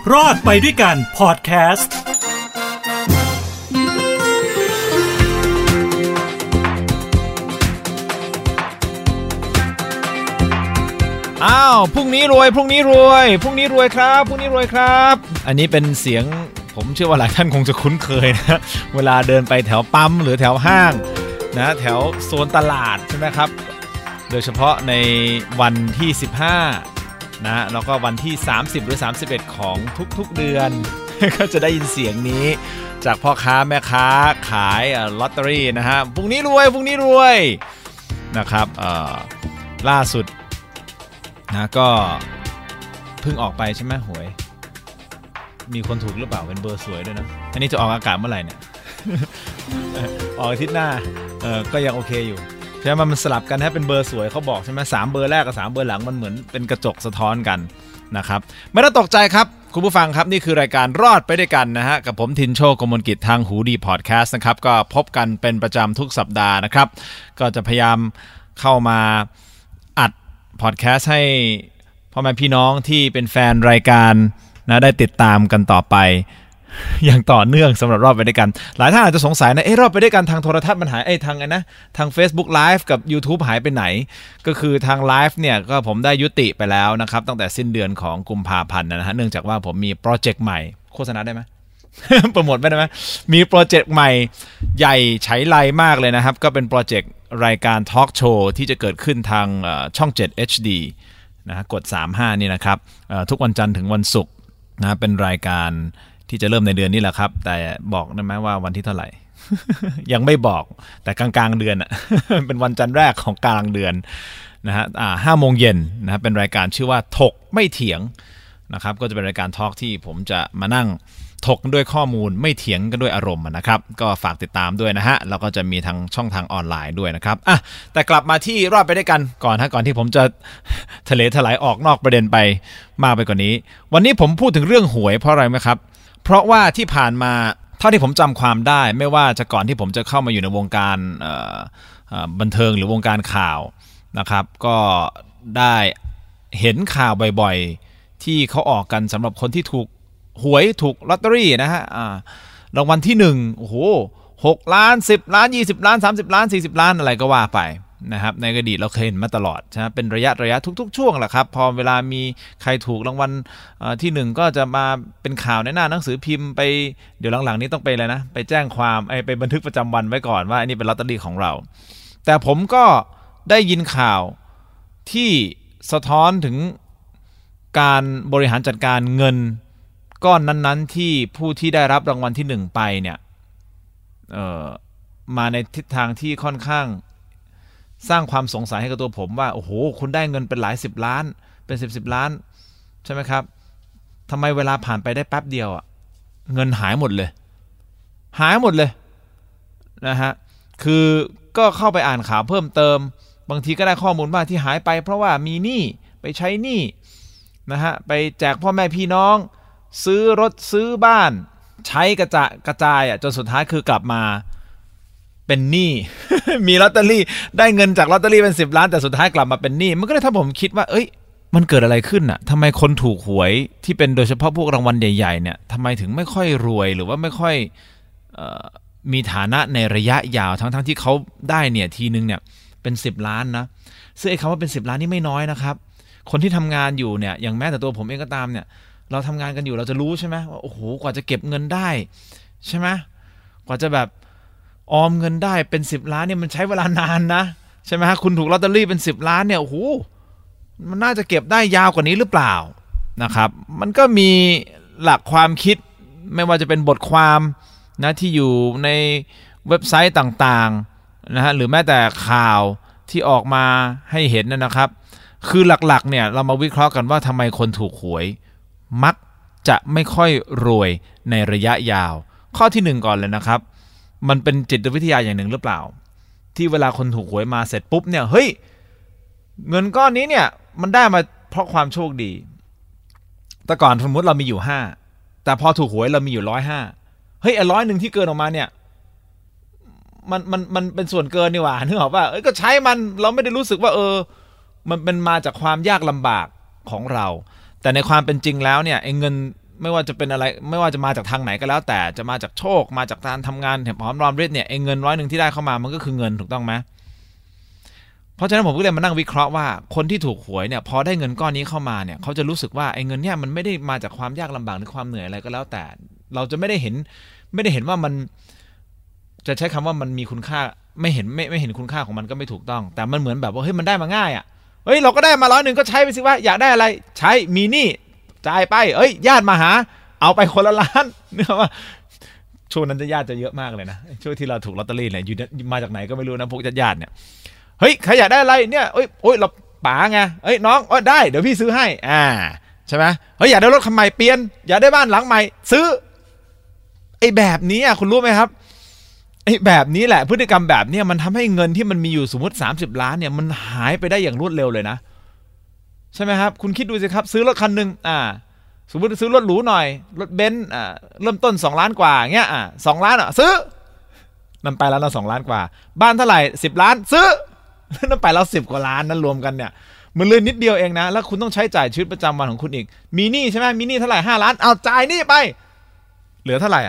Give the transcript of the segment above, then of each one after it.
รอดไปด้วยกันพอดแคสต์พรุ่งนี้รวยครับอันนี้เป็นเสียงผมเชื่อว่าหลายท่านคงจะคุ้นเคยนะเวลาเดินไปแถวปั๊มหรือแถวห้างนะแถวโซนตลาดใช่ไหมครับโดยเฉพาะในวันที่15นะแล้วก็วันที่30หรือ31ของทุกๆเดือน ก็จะได้ยินเสียงนี้จากพ่อค้าแม่ค้าขายลอตเตอรี่นะฮะพรุ่งนี้รวยนะครับล่าสุดนะก็เพิ่งออกไปใช่ไหมหวยมีคนถูกหรือเปล่าเป็นเบอร์สวยด้วยนะอันนี้จะออกอากาศเมื่อไหร่เนี่ย ออกอาทิตย์หน้าก็ยังโอเคอยู่ใช่ไหมมันสลับกันให้เป็นเบอร์สวยเขาบอกใช่ไหม3เบอร์แรกกับ3เบอร์หลังมันเหมือนเป็นกระจกสะท้อนกันนะครับไม่ต้องตกใจครับคุณผู้ฟังครับนี่คือรายการรอดไปด้วยกันนะฮะกับผมทินโชกมลกิจทางหูดีพอดแคสต์นะครับก็พบกันเป็นประจำทุกสัปดาห์นะครับก็จะพยายามเข้ามาอัดพอดแคสต์ให้พ่อแม่พี่น้องที่เป็นแฟนรายการนะได้ติดตามกันต่อไปอย่างต่อเนื่องสำหรับรอบไปด้วยกันหลายท่านอาจจะสงสัยนะรอบไปด้วยกันทางโทรทัศน์มันหายทางทาง Facebook Live กับ YouTube หายไปไหนก็คือทางไลฟ์เนี่ยก็ผมได้ยุติไปแล้วนะครับตั้งแต่สิ้นเดือนของกุมภาพันธ์นะฮะเนื่องจากว่าผมมีโปรเจกต์ใหม่โฆษณาได้ไหม โปรโมทไม่ได้ไหมมีโปรเจกต์ใหม่ใหญ่ไฉไลมากเลยนะครับก็เป็นโปรเจกต์รายการทอล์กโชว์ที่จะเกิดขึ้นทางช่อง7 HD นะกด35นี่นะครับทุกวันจันทร์ถึงวันศุกร์นะเป็นรายการที่จะเริ่มในเดือนนี้แหละครับแต่บอกได้ไหมว่าวันที่เท่าไหร่ ยังไม่บอกแต่กลางๆเดือนเป็นวันจันทร์แรกของกลางเดือนนะฮะ5 โมงเย็นนะเป็นรายการชื่อว่าถกไม่เถียงนะครับก็จะเป็นรายการทอล์กที่ผมจะมานั่งถกกันด้วยข้อมูลไม่เถียงกันด้วยอารมณ์นะครับก็ฝากติดตามด้วยนะฮะแล้วก็จะมีทางช่องทางออนไลน์ด้วยนะครับแต่กลับมาที่รอดไปด้วยกันก่อนที่ผมจะทะเลถลายออกนอกประเด็นไปมากไปกว่านี้วันนี้ผมพูดถึงเรื่องหวยเพราะอะไรไหมครับเพราะว่าที่ผ่านมาเท่าที่ผมจำความได้ไม่ว่าจะก่อนที่ผมจะเข้ามาอยู่ในวงการบันเทิงหรือวงการข่าวนะครับก็ได้เห็นข่าวบ่อยๆที่เขาออกกันสำหรับคนที่ถูกหวยถูกลอตเตอรี่นะฮะรางวัลที่1โอ้โห6 ล้าน10 ล้าน20 ล้าน30 ล้าน40 ล้านอะไรก็ว่าไปนะครับในอดีตเราเคยเห็นมาตลอดใช่ไหมเป็นระยะทุกๆช่วงแหละครับพอเวลามีใครถูกรางวัลที่1ก็จะมาเป็นข่าวในหน้าหนังสือพิมพ์ไปเดี๋ยวหลังๆนี้ต้องไปเลยนะไปแจ้งความไปบันทึกประจำวันไว้ก่อนว่าอันนี้เป็นลอตเตอรี่ของเราแต่ผมก็ได้ยินข่าวที่สะท้อนถึงการบริหารจัดการเงินก้อนนั้นๆที่ผู้ที่ได้รับรางวัลที่1ไปเนี่ยมาในทิศทางที่ค่อนข้างสร้างความสงสัยให้กับตัวผมว่าโอ้โหคุณได้เงินเป็นหลาย10 ล้านเป็น10 ล้านใช่ไหมครับทำไมเวลาผ่านไปได้แป๊บเดียวเงินหายหมดเลยนะฮะคือก็เข้าไปอ่านข่าวเพิ่มเติมบางทีก็ได้ข้อมูลว่าที่หายไปเพราะว่ามีหนี้ไปใช้หนี้นะฮะไปแจกพ่อแม่พี่น้องซื้อรถซื้อบ้านใช้กระจายจนสุดท้ายคือกลับมาเป็นหนี้ มีลอตเตอรี่ได้เงินจากลอตเตอรี่เป็น10 ล้านแต่สุดท้ายกลับมาเป็นหนี้มันก็เลยทำให้ผมคิดว่ามันเกิดอะไรขึ้นทำไมคนถูกหวยที่เป็นโดยเฉพาะพวกรางวัลใหญ่ๆเนี่ยทำไมถึงไม่ค่อยรวยหรือว่าไม่ค่อยมีฐานะในระยะยาวทั้งที่เขาได้เนี่ยทีนึงเนี่ยเป็น10 ล้านนะซึ่งคำว่าเป็น10 ล้านนี่ไม่น้อยนะครับคนที่ทำงานอยู่เนี่ยอย่างแม้แต่ตัวผมเองก็ตามเนี่ยเราทำงานกันอยู่เราจะรู้ใช่ไหมว่าโอ้โหกว่าจะเก็บเงินได้ใช่ไหมกว่าจะแบบออมเงินได้เป็น10 ล้านเนี่ยมันใช้เวลานานนะใช่ไหมฮะคุณถูกลอตเตอรี่เป็น10 ล้านเนี่ยโอ้โหมันน่าจะเก็บได้ยาวกว่านี้หรือเปล่านะครับมันก็มีหลักความคิดไม่ว่าจะเป็นบทความนะที่อยู่ในเว็บไซต์ต่างๆนะฮะหรือแม้แต่ข่าวที่ออกมาให้เห็นนะครับคือหลักๆเนี่ยเรามาวิเคราะห์กันว่าทำไมคนถูกหวยมักจะไม่ค่อยรวยในระยะยาวข้อที่1ก่อนเลยนะครับมันเป็นจิตวิทยาอย่างหนึ่งหรือเปล่าที่เวลาคนถูกหวยมาเสร็จปุ๊บเนี่ยเฮ้ยเงินก้อนนี้เนี่ยมันได้มาเพราะความโชคดีแต่ก่อนสมมติเรามีอยู่5แต่พอถูกหวยเรามีอยู่105เฮ้ย100ที่เกินออกมาเนี่ยมันเป็นส่วนเกินนี่หว่านึกออกป่ะก็ใช้มันเราไม่ได้รู้สึกว่ามันเป็นมาจากความยากลำบากของเราแต่ในความเป็นจริงแล้วเนี่ยไอ้เงินไม่ว่าจะเป็นอะไรไม่ว่าจะมาจากทางไหนก็แล้วแต่จะมาจากโชคมาจากการทำงานหอมรอมริบเนี่ยไอ้เงิน100ที่ได้เข้ามามันก็คือเงินถูกต้องไหมเพราะฉะนั้นผมก็เลยมานั่งวิเคราะห์ว่าคนที่ถูกหวยเนี่ยพอได้เงินก้อนนี้เข้ามาเนี่ยเขาจะรู้สึกว่าไอ้เงินเนี่ยมันไม่ได้มาจากความยากลำบากหรือความเหนื่อยอะไรก็แล้วแต่เราจะไม่ได้เห็นว่ามันจะใช้คำว่ามันมีคุณค่าไม่เห็นคุณค่าของมันก็ไม่ถูกต้องแต่มันเหมือนแบบว่าเฮ้ยมันได้มาง่ายอ่ะเฮ้ยเราก็ได้มา100ก็ใช้ไปสิว่าอยากได้อะไรใช้มีหนี้จ่ายไปญาติมาหาเอาไปคนละล้านเนี่ยว่าช่วงนั้นญาติจะเยอะมากเลยนะช่วงที่เราถูกลอตเตอรี่เนี่ยอยู่มาจากไหนก็ไม่รู้นะพวกญาติเนี่ยเฮ้ยใครอยากได้อะไรเนี่ยเราป๋าไงน้องได้เดี๋ยวพี่ซื้อให้ใช่ไหมเฮ้ยอยากได้รถคันใหม่เปลี่ยนอยากได้บ้านหลังใหม่ซื้อไอ้แบบนี้คุณรู้ไหมครับไอ้แบบนี้แหละพฤติกรรมแบบนี้มันทำให้เงินที่มันมีอยู่สมมติ30 ล้านเนี่ยมันหายไปได้อย่างรวดเร็วเลยนะใช่ไหมครับคุณคิดดูสิครับซื้อรถคันนึงสมมติซื้อรถหรูหน่อยรถเบนซ์เริ่มต้น2 ล้านกว่าเงี้ย2 ล้านซื้อนั่นไปแล้วนะ2 ล้านกว่าบ้านเท่าไหร่10 ล้านซื้อนั่นไปแล้ว10 กว่าล้านนั้นรวมกันเนี่ยมันเลยนิดเดียวเองนะแล้วคุณต้องใช้จ่ายชีวิตประจำวันของคุณอีกมีหนี้ใช่ไหมมีหนี้เท่าไหร่5 ล้านเอาจ่ายหนี้ไปเหลือเท่าไหร่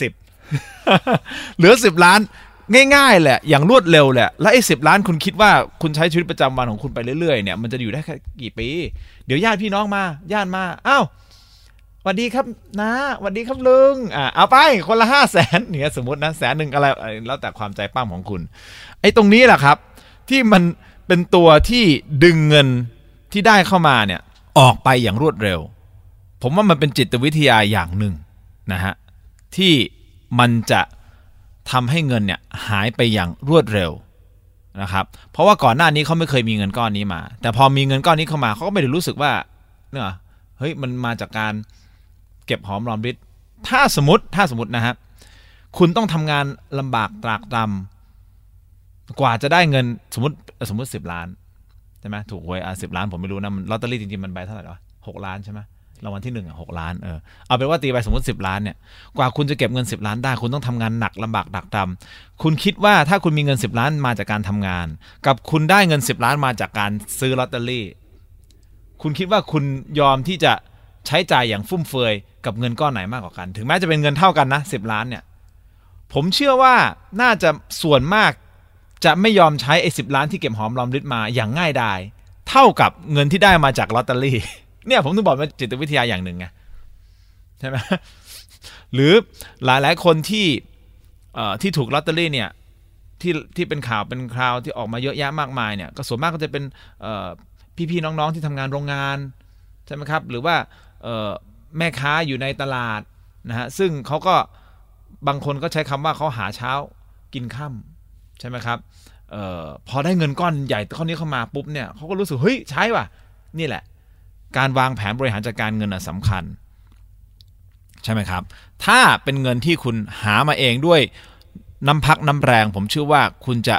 10 เหลือ10 ล้านง่ายๆแหละอย่างรวดเร็วแหละแล้วไอ้10 ล้านคุณคิดว่าคุณใช้ชีวิตประจำวันของคุณไปเรื่อยๆเนี่ยมันจะอยู่ได้แค่กี่ปีเดี๋ยวญาติพี่น้องมาญาติมาอ้าวสวัสดีครับนะสวัสดีครับลุงเอาไปคนละ500,000เนี่ยสมมตินะ100,000อะไรแล้วแต่ความใจปั้มของคุณไอ้ตรงนี้แหละครับที่มันเป็นตัวที่ดึงเงินที่ได้เข้ามาเนี่ยออกไปอย่างรวดเร็วผมว่ามันเป็นจิตวิทยาอย่างหนึ่งนะฮะที่มันจะทำให้เงินเนี่ยหายไปอย่างรวดเร็วนะครับเพราะว่าก่อนหน้านี้เขาไม่เคยมีเงินก้อนนี้มาแต่พอมีเงินก้อนนี้เข้ามาเขาก็ไม่ได้รู้สึกว่าเนี่ยเฮ้ยมันมาจากการเก็บหอมรอมริบถ้าสมมตินะฮะคุณต้องทำงานลำบากตรากตรำกว่าจะได้เงินสมมติ10 ล้านใช่ไหมถูกหวย10 ล้านผมไม่รู้นะลอตเตอรี่จริงๆมันใบเท่าไหร่วะ6 ล้านใช่ไหมรางวัลที่1 6 ล้านเอาเป็นว่าตีไปสมมติ10 ล้านเนี่ยกว่าคุณจะเก็บเงิน10 ล้านได้คุณต้องทำงานหนักลำบากดักดำคุณคิดว่าถ้าคุณมีเงิน10 ล้านมาจากการทำงานกับคุณได้เงิน10 ล้านมาจากการซื้อลอตเตอรี่คุณคิดว่าคุณยอมที่จะใช้จ่ายอย่างฟุ่มเฟือยกับเงินก้อนไหนมากกว่ากันถึงแม้จะเป็นเงินเท่ากันนะ10 ล้านเนี่ยผมเชื่อว่าน่าจะส่วนมากจะไม่ยอมใช้ไอ้10 ล้านที่เก็บหอมรอมริบมาอย่างง่ายดายเท่ากับเงินที่ได้มาจากลอตเตอรี่เนี่ยผมต้องบอกว่าจิตวิทยาอย่างหนึ่งไงใช่ไหมหรือหลายๆคนที่ถูกลอตเตอรี่เนี่ยที่เป็นข่าวเป็นคราวที่ออกมาเยอะแยะมากมายเนี่ยก็ส่วนมากก็จะเป็นพี่ๆน้องๆที่ทำงานโรงงานใช่ไหมครับหรือว่าแม่ค้าอยู่ในตลาดนะฮะซึ่งเขาก็บางคนก็ใช้คำว่าเขาหาเช้ากินค่ำใช่ไหมครับพอได้เงินก้อนใหญ่ก้อนนี้เข้ามาปุ๊บเนี่ยเขาก็รู้สึกเฮ้ยใช้ว่ะนี่แหละการวางแผนบริหารจัดการเงินสำคัญใช่ไหมครับถ้าเป็นเงินที่คุณหามาเองด้วยน้ำพักน้ำแรงผมเชื่อว่าคุณจะ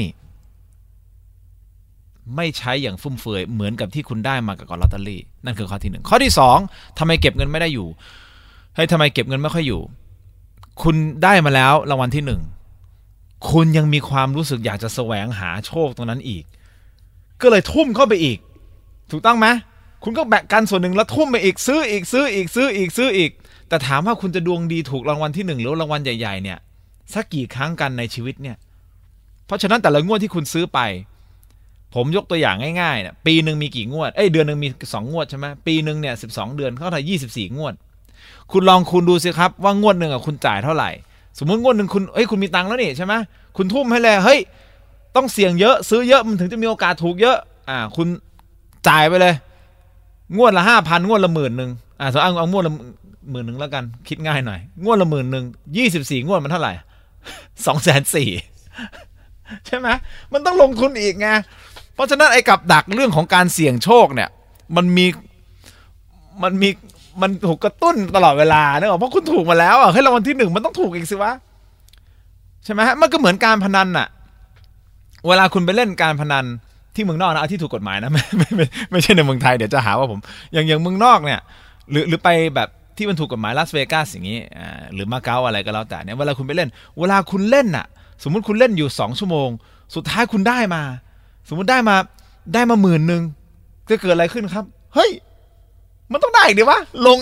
ไม่ใช้อย่างฟุ่มเฟือยเหมือนกับที่คุณได้มากับลอตเตอรี่นั่นคือข้อที่1ข้อที่2ทำไมเก็บเงินไม่ได้อยู่ทำไมเก็บเงินไม่ค่อยอยู่คุณได้มาแล้วรางวัลที่1คุณยังมีความรู้สึกอยากจะแสวงหาโชคตรงนั้นอีกก็เลยทุ่มเข้าไปอีกถูกต้องไหมคุณก็แบ่งกันส่วนหนึ่งแล้วทุ่มไปอีกซื้ออีกแต่ถามว่าคุณจะดวงดีถูกรางวัลที่1หรือรางวัลใหญ่ๆเนี่ยสักกี่ครั้งกันในชีวิตเนี่ยเพราะฉะนั้นแต่ละงวดที่คุณซื้อไปผมยกตัวอย่างง่ายๆเนี่ยปีนึงมีกี่งวดเดือนนึงมี2 งวดใช่ไหมปีนึงเนี่ย12 เดือนเท่าไหร่24 งวดคุณลองคูณดูสิครับว่างวดนึงคุณจ่ายเท่าไหร่สมมติงวดนึงคุณมีตังค์แล้วนี่ใช่ไหมคุณทุ่มให้เลยเฮ้ยต้องเสี่ยงเยอะซื้อเยอะมันถึงจะมีโอกาสถูกเยอะคุณจ่ายไปเลยงวดละ 5,000 งวดละ10,000สมมติเอางวดละ10,000แล้วกันคิดง่ายหน่อยงวดละ10,000 24 งวดมันเท่าไหร่240,000ใช่ไหมมันต้องลงทุนอีกไงเพราะฉะนั้นไอ้กับดักเรื่องของการเสี่ยงโชคเนี่ยมันถูกกระตุ้นตลอดเวลาเนอะเพราะคุณถูกมาแล้วให้รางวัลที่1มันต้องถูกอีกสิวะใช่ไหมฮะมันก็เหมือนการพนันน่ะเวลาคุณไปเล่นการพนันที่เมืองนอกนะเอาที่ถูกกฎหมายนะไม่ใช่ในเมืองไทยเดี๋ยวจะหาว่าผมอย่างเมืองนอกเนี่ยหรือไปแบบที่มันถูกกฎหมายลาสเวกัสอย่างนี้หรือมาเก๊าอะไรก็แล้วแต่เนี่ยเวลาคุณไปเล่นเวลาคุณเล่นน่ะสมมุติคุณเล่นอยู่2 ชั่วโมงสุดท้ายคุณได้มาสมมุติได้มา10,000จะเกิดอะไรขึ้นครับเฮ้ยมันต้องได้อีกดิวะลงอีก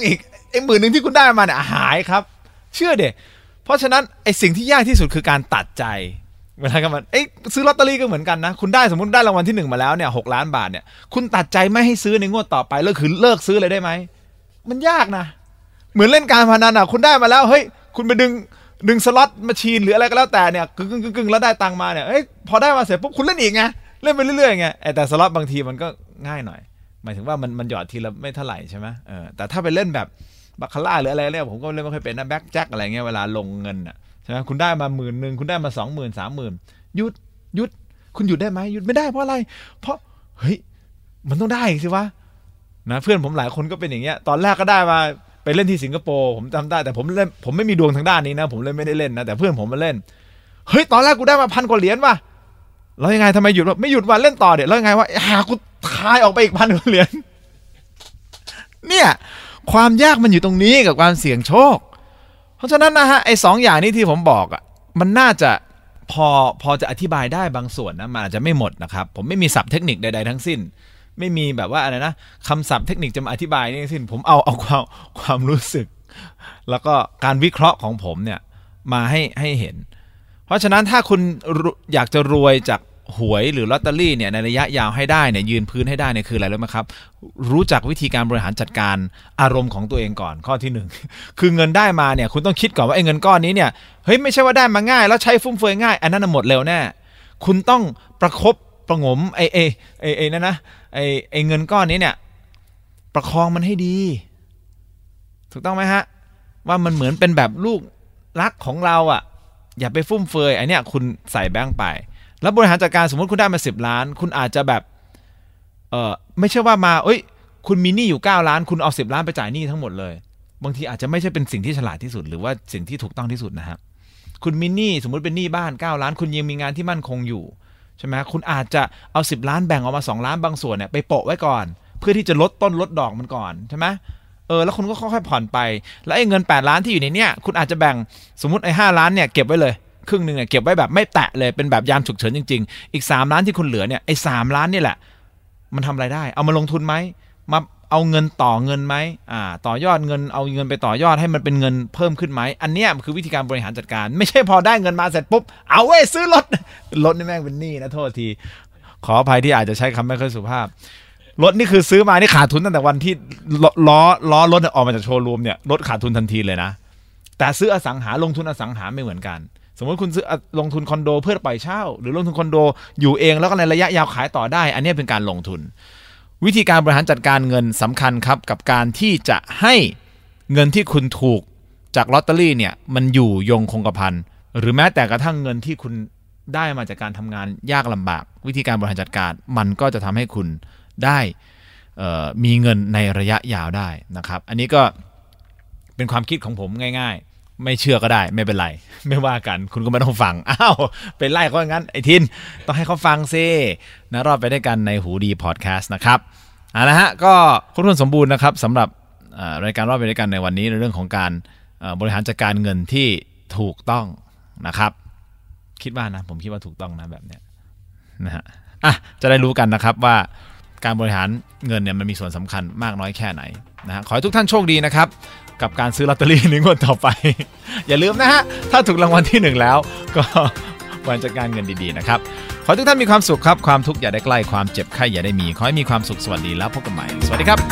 ไอ้10,000ที่คุณได้มาเนี่ยหายครับเชื่อเด็เพราะฉะนั้นไอ้สิ่งที่ยากที่สุดคือการตัดใจเวลากันมันซื้อลอตเตอรี่ก็เหมือนกันนะคุณได้สมมติได้รางวัลที่1มาแล้วเนี่ย6 ล้านบาทเนี่ยคุณตัดใจไม่ให้ซื้อในงวดต่อไปแล้วคือเลิกซื้อเลยได้ไหมมันยากนะเหมือนเล่นการพนันคุณได้มาแล้วเฮ้ยคุณไปดึงสล็อตมาชีนหรืออะไรก็แล้วแต่เนี่ยกึ่งแล้วได้ตังมาเนี่ยพอได้มาเสร็จปุ๊บคุณเล่นอีกไงเล่นไปเรื่อยๆไงแต่สล็อตบางทีมันก็ง่ายหน่อยหมายถึงว่ามันหยอดทีละไม่เท่าไหร่ใช่ไหมแต่ถ้าไปเล่นแบบบาคาร่าหรืออะไรเนี่ยผมก็เล่นไม่ค่อยเป็นนะแบ็คแจ็คอะไรเงี้ยเวลาลงเงินอ่ะใช่ไหมคุณได้มา10,000คุณได้มา20,000 30,000หยุดคุณหยุดได้ไหมหยุดไม่ได้เพราะอะไรเพราะเฮ้ยมันต้องได้สิวะนะเพื่อนผมหลายคนก็เป็นอย่างเงี้ยตอนแรกก็ได้มาไปเล่นที่สิงคโปร์ผมจำได้แต่ผมไม่มีดวงทางด้านนี้นะผมเลยไม่ได้เล่นนะแต่เพื่อนผมมาเล่นเฮ้ยตอนแรกกูได้มา1,000 กว่าเหรียญว่ะแล้วยังไงทำไมหยุดวะไม่หยุดว่ะเล่นต่อเดี๋ยวแล้วยังไงวะกูทายออกไปอีก1,000 กว่าเหรียญเนี่ยความยากมันอยู่ตรงนี้กับการเสี่ยงโชคเพราะฉะนั้นนะฮะไอ้2อย่างนี้ที่ผมบอกอ่ะมันน่าจะพอจะอธิบายได้บางส่วนนะมันอาจจะไม่หมดนะครับผมไม่มีศัพท์เทคนิคใดๆทั้งสิ้นไม่มีแบบว่าอะไรนะคำศัพท์เทคนิคจะมาอธิบายนี่ทั้งสิ้นผมเอาความรู้สึกแล้วก็การวิเคราะห์ของผมเนี่ยมาให้เห็นเพราะฉะนั้นถ้าคุณอยากจะรวยจากหวยหรือลอตเตอรี่เนี่ยในระยะยาวให้ได้เนี่ยยืนพื้นให้ได้เนี่ยคืออะไรรู้ไหมครับรู้จักวิธีการบริหารจัดการอารมณ์ของตัวเองก่อนข้อที่1คือเงินได้มาเนี่ยคุณต้องคิดก่อนว่าไอ้เงินก้อนนี้เนี่ยเฮ้ยไม่ใช่ว่าได้มาง่ายแล้วใช้ฟุ่มเฟือยง่ายอันนั้นหมดเร็วแน่คุณต้องประคบประงมไอ้นั่นนะไอ้เงินก้อนนี้เนี่ยประคองมันให้ดีถูกต้องไหมฮะว่ามันเหมือนเป็นแบบลูกรักของเราอ่ะอย่าไปฟุ่มเฟือยไอ้เนี่ยคุณใส่แบงค์ไปแล้วบริหารจัดการสมมติคุณได้มา10 ล้านคุณอาจจะแบบไม่ใช่ว่ามาคุณมีหนี้อยู่9 ล้านคุณเอา10 ล้านไปจ่ายหนี้ทั้งหมดเลยบางทีอาจจะไม่ใช่เป็นสิ่งที่ฉลาดที่สุดหรือว่าสิ่งที่ถูกต้องที่สุดนะครับคุณมีหนี้สมมติเป็นหนี้บ้าน9 ล้านคุณยังมีงานที่มั่นคงอยู่ใช่ไหมคุณอาจจะเอา10 ล้านแบ่งออกมา2 ล้านบางส่วนเนี่ยไปโปะไว้ก่อนเพื่อที่จะลดต้นลดดอกมันก่อนใช่ไหมแล้วคุณก็ค่อยๆผ่อนไปแล้วไอ้เงิน8 ล้านที่อยู่ในเนี้ยคุณอาจจะแบ่งสมมติไอ้5 ล้านเนี่ยเก็บไว้เลยครึ่งนึงเนี่ยเก็บไว้แบบไม่แตะเลยเป็นแบบยามฉุกเฉินจริงๆอีก3 ล้านที่คุณเหลือเนี่ยไอ้3 ล้านนี่แหละมันทำอะไรได้เอามาลงทุนไหมมาเอาเงินต่อเงินไหมต่อยอดเงินเอาเงินไปต่อยอดให้มันเป็นเงินเพิ่มขึ้นไหมอันเนี้ยคือวิธีการบริหารจัดการไม่ใช่พอได้เงินมาเสร็จปุ๊บเอาซื้อรถนี่แม่งเป็นหนี้นะโทษทีขออภัยที่อาจจะใช้คำไม่ค่อยสุภาพรถนี่คือซื้อมานี่ขาดทุนตั้งแต่วันที่ล้อรถออกมาจากโชว์รูมเนี่ยรถขาดทุนทันทีเลยนะแต่ซื้ออสังหาลงทุนอสังหาไม่เหมือนกันสมมติคุณซื้อลงทุนคอนโดเพื่อปล่อยเช่าหรือลงทุนคอนโดอยู่เองแล้วก็ในระยะยาวขายต่อได้อันนี้เป็นการลงทุนวิธีการบริหารจัดการเงินสำคัญครับกับการที่จะให้เงินที่คุณถูกจากลอตเตอรี่เนี่ยมันอยู่ยงคงกระพันหรือแม้แต่กระทั่งเงินที่คุณได้มาจากการทำงานยากลำบากวิธีการบริหารจัดการมันก็จะทำให้คุณได้มีเงินในระยะยาวได้นะครับอันนี้ก็เป็นความคิดของผมง่ายๆไม่เชื่อก็ได้ไม่เป็นไรไม่ว่ากันคุณก็ไม่ต้องฟังเป็นไล่เขาอย่างนั้นไอ้ทินต้องให้เขาฟังซินะรอดไปด้วยกันในหูดีพอดแคสต์นะครับนะฮะก็ครบถ้วนสมบูรณ์นะครับสำหรับรายการรอดไปด้วยกันในวันนี้ในเรื่องของการบริหารจัดการเงินที่ถูกต้องนะครับคิดว่านะผมคิดว่าถูกต้องนะแบบเนี้ยนะฮะจะได้รู้กันนะครับว่าการบริหารเงินเนี่ยมันมีส่วนสำคัญมากน้อยแค่ไหนนะฮะขอให้ทุกท่านโชคดีนะครับกับการซื้อลอตเตอรี่ในงวดต่อไป อย่าลืมนะฮะถ้าถูกรางวัลที่1แล้วก็บริหารจัดการเงินดีๆนะครับขอให้ทุกท่านมีความสุขครับความทุกข์อย่าได้ใกล้ความเจ็บไข้อย่าได้มีขอให้มีความสุขสวัสดีแล้วพบกันใหม่สวัสดีครับ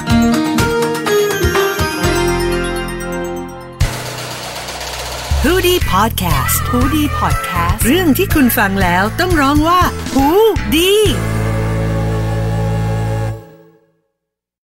ฮูดี้พอดแคสต์ฮูดี้พอดแคสต์เรื่องที่คุณฟังแล้วต้องร้องว่าฮูดี้